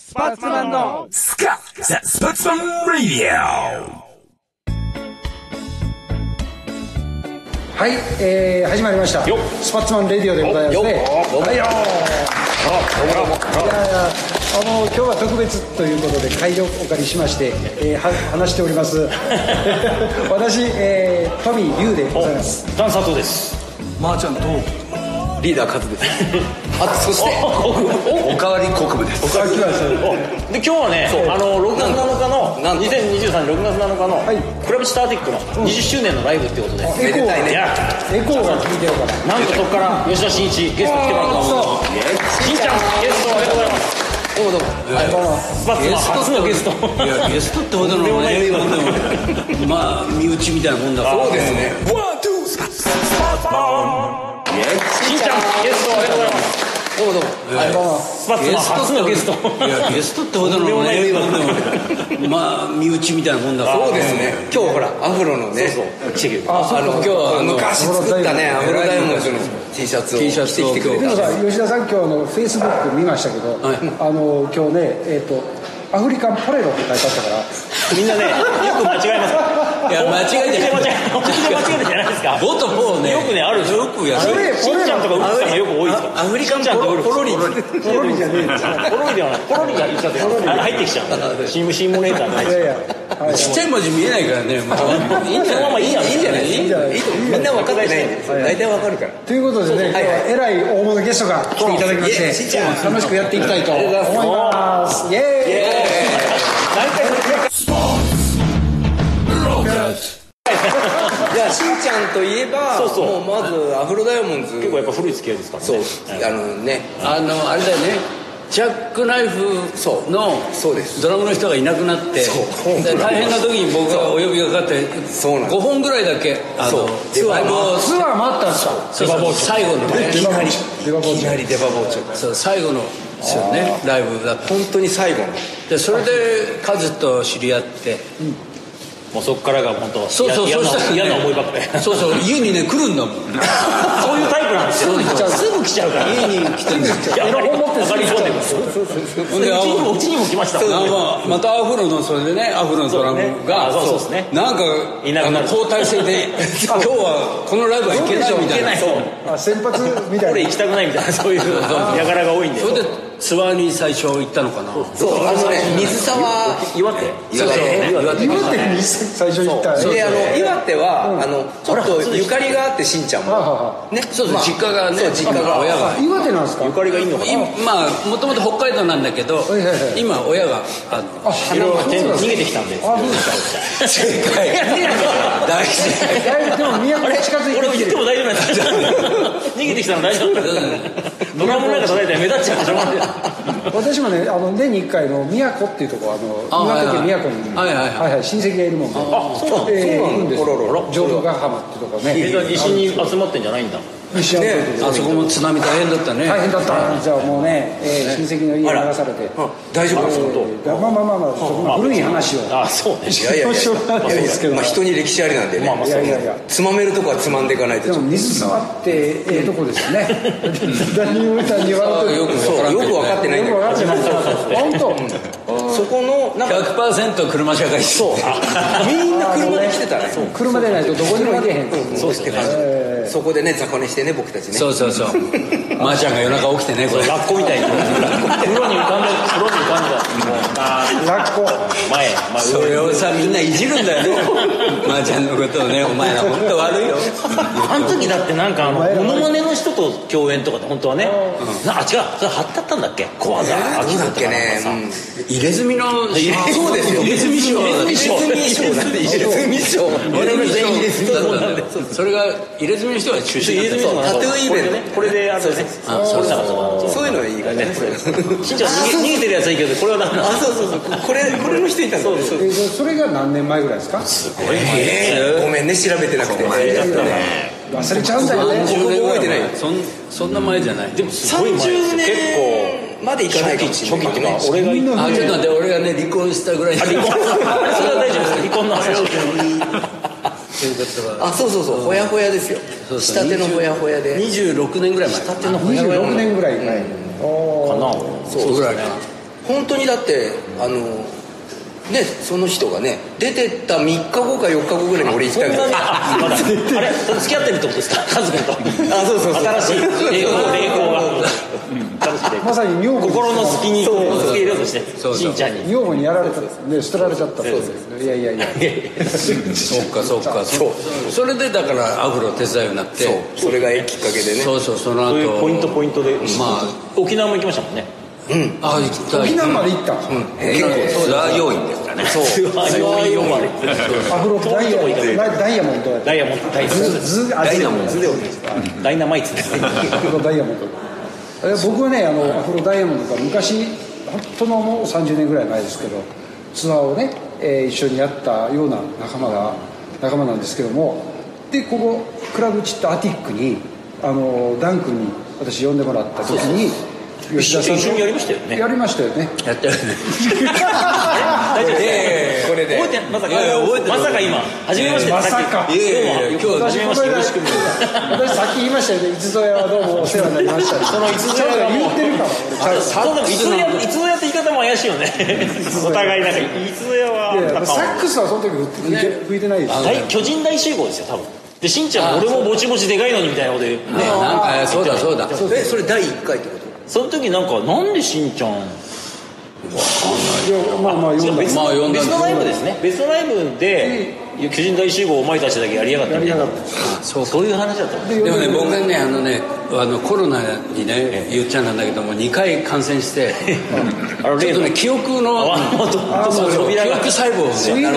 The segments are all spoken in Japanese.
スパッツマンのスカザ・スパッツマン・ラディオ。 はい、始まりましたスパッツマンレディオでございますね。はいよ今日は特別ということで会場をお借りしまして、話しております私、トミー・リュウでございます。 ダン佐藤です。 まーちゃんとリーダーカズです。あとそしておかわり国務です。 で今日はね、6月7日の2023年6月7日のクラブスターティックの20周年のライブってことで、 めでたいね。 エコーが聞いてるからなんとそこから吉田真一ゲスト来てもらったの。しんちゃんゲストありがとうございます。 どうもどうも。 スパッツマン初のゲスト。 いやゲストってほどのねまあ身内みたいなもんだから。 そうですね。 しんちゃんゲストありがとうございます。 どうもどうも。 スパッツマン初のゲスト。 いやゲストってほどのねまあ身内みたいなもんだから。 そうですね。今日ほらアフロのね。 来てくれる。 今日は昔作ったねアフロダイヤモンドの T シャツを着てきてくれた。 でもさ吉田さん今日フェイスブック見ましたけど、今日ねアフリカンポレロって書いてあったからみんなねよく間違えます。 いや間違えて間違えてじゃないですか。 ボとポをねよくねあるでしょ。よくやる。しんちゃんとかウッさんがよく多いですよ。 アフリカンポロリポロリじゃねえポロリではない。ポロリが言っちゃって入ってきちゃう。シーモネーターが入ってきちゃう。 ちっちゃい文字見えないからね。 いいんじゃない。いいんじゃない。 いいとみんな分かってないんで大体分かるから。 ということでね今日はえらい大物ゲストが来ていただきまして楽しくやっていきたいと思います。イエーイ。 じゃあしんちゃんといえばもうまずアフロダイヤモンズ結構やっぱ古い付き合いですからね。 そうねあれだよね。ジャックナイフのドラムの人がいなくなって大変な時に僕がお呼びがかかって5本ぐらいだけツアーもあったんですか。 最後のねいきなり出刃包丁そう最後のですよねライブだった本当に最後のでそれでカズと知り合ってもうそこからが本当嫌な思いばっかり。 そう家にね来るんだもんそういうタイプなんですよ。すぐ来ちゃうから家に来てるんですよ。上がり込んでますうちにも来ました。 またアフロのそれでねアフロのドラムがなんか交代制で今日はこのライブは行けないみたいな先発みたいな俺行きたくないみたいなそういうやからが多いんでそれでツアーに最初行ったのかな。 そう水沢岩手に最初行ったで岩手はちょっとゆかりがあってしんちゃんもねそう実家がね実家が岩手なんですか。 ゆかりがいいのかな。 まあもともと北海道なんだけど今親が逃げてきたんで。 正解大事。 でも都に近づいて俺言っても大丈夫なんです逃げてきたの大丈夫なんですドラムなんか叩いたら目立っちゃうでしょ。 私もね年に1回の宮古っていうとこ岩手県宮古に親戚がいるもんで行くんですよ。浄土ヶ浜っていうとこね。 西に集まってんじゃないんだ。 西あそこも津波大変だったね。 大変だった。じゃあもうね親戚の家に流されて大丈夫ですか。 まあ古い話をそうね。 いや人に歴史ありなんでねつまめるとこはつまんでいかないと。 でも水沢ってとこですよね。何を歌に笑うとよく分かってないんだけど本当そこの 100% 車社会。 そうみんな車で来てたね。 車でないとどこにも行けへん。 そうですね。そこでね雑魚寝してね僕たちね。 そうまーちゃんが夜中起きてねこれラッコみたいに風呂に浮かんでラッコ前それをさみんないじるんだよねまーちゃんのことをねお前ら本当悪いよ。 あの時だってなんかモノマネの人と共演とかって本当はね違うそれ貼ってあったんだっけ小技秋だっけね入れ墨のそうですよ入れ墨賞入れ墨賞我々全員入れ墨賞なんでそれが入れ墨の人が中心だったタトゥーイベントこれであるねそういうのいいからね。 しんちゃん逃げてるやつはいいけどこれはダメだ。 そうこれの人いたんだ。 それが何年前ぐらいですか。 すごいごめんね調べてなくて忘れちゃうんだよね。 僕も覚えてない。 そんな前じゃない。 でもすごい前ですよ。結構までいかないかもしれない。 初期っていうか俺がちょっと待って俺がね離婚したぐらい。 離婚それは大丈夫です。離婚の話そうほやほやですよ。下手のほやほやで 26年ぐらい前。 26年ぐらい前かな。 そうぐらいかな。 本当にだってね、その人がね出てった3日後か4日後ぐらいに俺行ったけどまだあれ付き合ってるってことですか、カズ君と。 そう新しい霊光がまさに女房心の隙に付け入れようとして、しんちゃんに女房にやられたね、捨てられちゃった。そうです。いやそうかそれでだからアフロ手伝うようになって、 それがきっかけでね。 そうその後ポイントで、まあ沖縄も行きましたもんね。 沖縄まで行った。 結構ツアー要員ですからね。そうツアー要員。 アフロダイヤモンドダイヤモンドダイナマイツですね。 アフロダイヤモンド。僕はねアフロダイヤモンドが昔本当のもう30年ぐらい前ですけどツアーをね、一緒にやったような仲間なんですけども、でここクラブチットアティックにダン君に私呼んでもらった時に。 一緒にやりましたよね。 やりましたよね。 やったよね。 大丈夫です。これで覚えてまさか今初めまして。 まさか。 今日初めましてよろしく。 私さっき言いましたよね。いつぞやはどうもお世話になりました。 そのいつぞやが言ってるかも。 いつぞやって言い方も怪しいよね。お互いなんかいつぞやは。 サックスはその時吹いてないです。 巨人大集合ですよ多分。でしんちゃん俺もぼちぼちでかいのにみたいなこと言う。 なんかそうだ。 それ第1回ってこと？ その時なんでしんちゃんまあ読んだ。 別のライブですね。別のライブで巨人大集合お前たちだけやりやがったみたいな。そういう話だった。 でもね僕はねコロナにね言っちゃなんだけども2回感染してちょっとね記憶の記憶細胞をね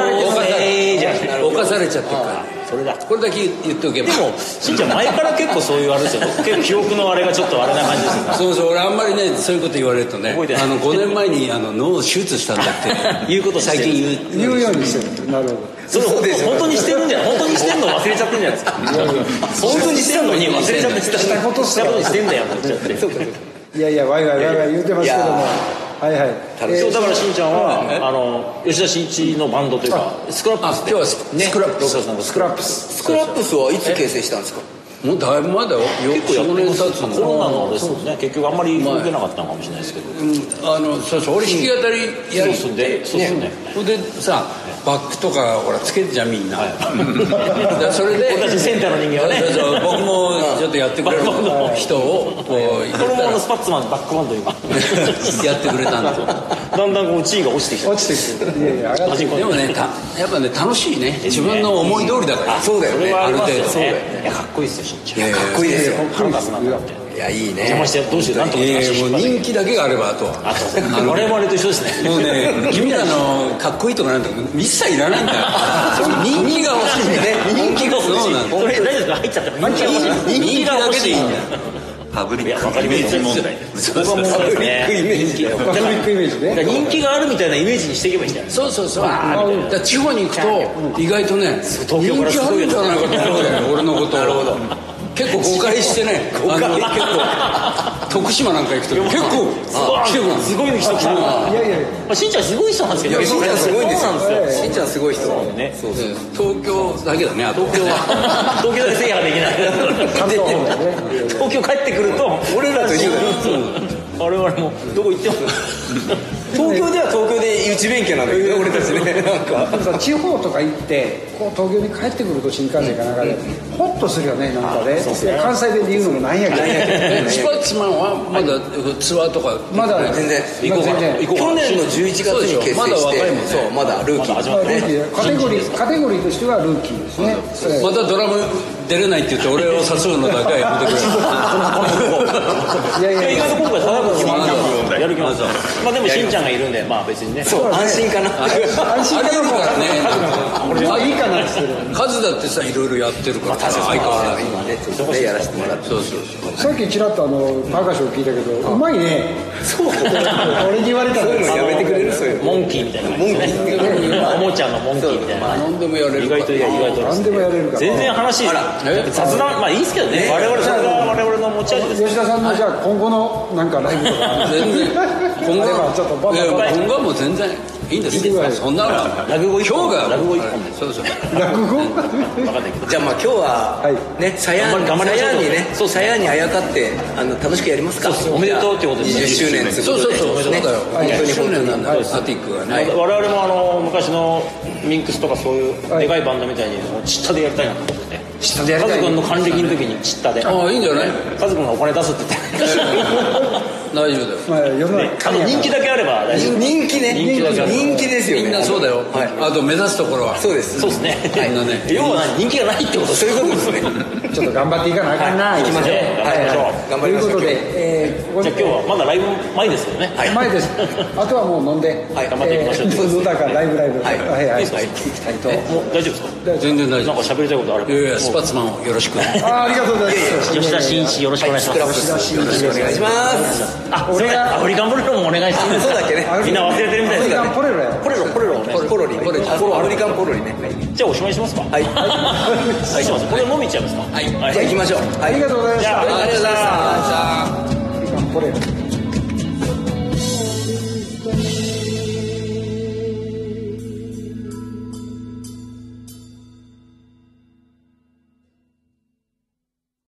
侵されちゃってるから。これだけ言っておけば。 でもしんちゃん前から結構そういうあれですよ。結構記憶のあれがちょっとあれな感じですよ。 そう俺あんまりねそういうこと言われるとね5年前に脳を手術したんだっていうこと最近言うようにしてる。なるほど。 それ本当にしてるんじゃない？本当にしてんの忘れちゃってるんじゃないですか。本当にしてんのに忘れちゃってしたことしてんだよって言っちゃって。 いやワイワイ言うてますけども。はい。 だからしんちゃんは吉田真一のバンドというかスクラップスで。 今日はスクラップスはいつ結成したんですか？ もうだいぶまだよ。 結構やってます。コロナのですもんね。結局あんまり動けなかったのかもしれないですけど。 そう俺弾き語りやるそうですね。 それでさバックとかほらつけてじゃんみんな。それで私センターの人間はね。 僕もちょっとやってくれる人をこうこのままのスパッツマンバックバンドいうかやってくれたんだ。 だんだんこう地位が落ちてきた。 落ちてくる。でもねやっぱね楽しいね。自分の思い通りだから。 そうだよね。 ある程度。いやかっこいいですよ。 かっこいいですよ。 腹立つなって。 いやいいね。 邪魔してどうしようなんとかもう人気だけがあればあとは。 我々と一緒ですね。 もうね君らのかっこいいとかなんて一切いらないんだよ。人気が欲しいね。 人気が欲しい。これ大丈夫ですか？入っちゃった。人気が欲しい。 パブリックイメージ問題です。そこは問題ですね。 パブリックイメージね。 人気があるみたいなイメージにしていけばいいんじゃない？ そう。地方に行くと意外とね人気あるんじゃないかと思うよ俺のこと。なるほど。結構誤解してね結構徳島なんか行くと結構来てくるすごい人来た。しんちゃんすごい人なんですけど。 しんちゃんすごいんですよ。しんちゃんすごい人ね。 東京だけだね。 東京だけ制覇できない。東京帰ってくると俺らと一緒だよ。 我々もどこ行っても東京では東京で内弁慶なんだけど俺たちね。なんか地方とか行ってこう東京に帰ってくると新幹線かなんかでホッとするよねなんかね。関西弁で言うのもなんやけど。 スパッツマンはまだツアーとかまだ全然行こうかな。 去年の11月に結成してそうまだルーキー。 カテゴリーとしてはルーキーですね。 またドラム出れないって言って俺を誘うのだけはやめてくれ。 いや意外と今回早く決まったやる気ます。まあでもしんちゃんがいるんでまあ別にね。 そう安心かな。 安心かなからね。 いいかなって数だってさいろいろやってるから相変わらず今ねちょっとねやらせてもらって。 さっきちらっとパーカッション聞いたけどうまいね。そう俺に言われたのやめてくれる。そういうモンキーみたいな。モンキーおもちゃのモンキーみたいな。 何でもやれる。 意外と何でもやれるから。 全然話雑談まあいいですけどね。我々それが我々の持ち味です。 吉田さんのじゃあ今後のなんかライブとか全然今後はもう全然いいんですよそんなの落語一本今日が落語一本でそうそう落語分かんないけどじゃあまあ今日はねサヤンにねそうサヤンにあやかって楽しくやりますか。 おめでとうってことで 20周年ってことでそうだよ20周年なんだアティックがね我々も昔のミンクスとかそういうでかいバンドみたいにチッタでやりたいなと思ってて下でやりたいカズ君の還暦の時にチッタでああいいんじゃないカズ君がお金出すって言って大丈夫だよまあ世の中人気だけあれば大丈夫人気ね人気ですよねみんなそうだよあと目指すところはそうですそうですねみんなね要は人気がないってことそういうことですねちょっと頑張っていかなあかんな行きましょう頑張りましょうということでここじゃあ今日はまだライブ前ですよね前ですあとはもう飲んで頑張っていきましょうどうだかライブはいいいですか行きたいともう大丈夫ですか全然大丈なんか喋りたいことあれば夫いやいやスパッツマンをよろしくありがとうございます吉田真一よろしくお願いしますよろしくお願いしますあ俺がアフリカンボレロもお願いしますそうだっけねみんな忘れてるみたいですアフリカンポレロやポレロねポロリアフリカンポロリねじゃあおしまいしますかはいはいしますこれ飲みいっちゃいますかじゃあ行きましょうありがとうございましたじゃあありがとうございましたアフリカンポレロ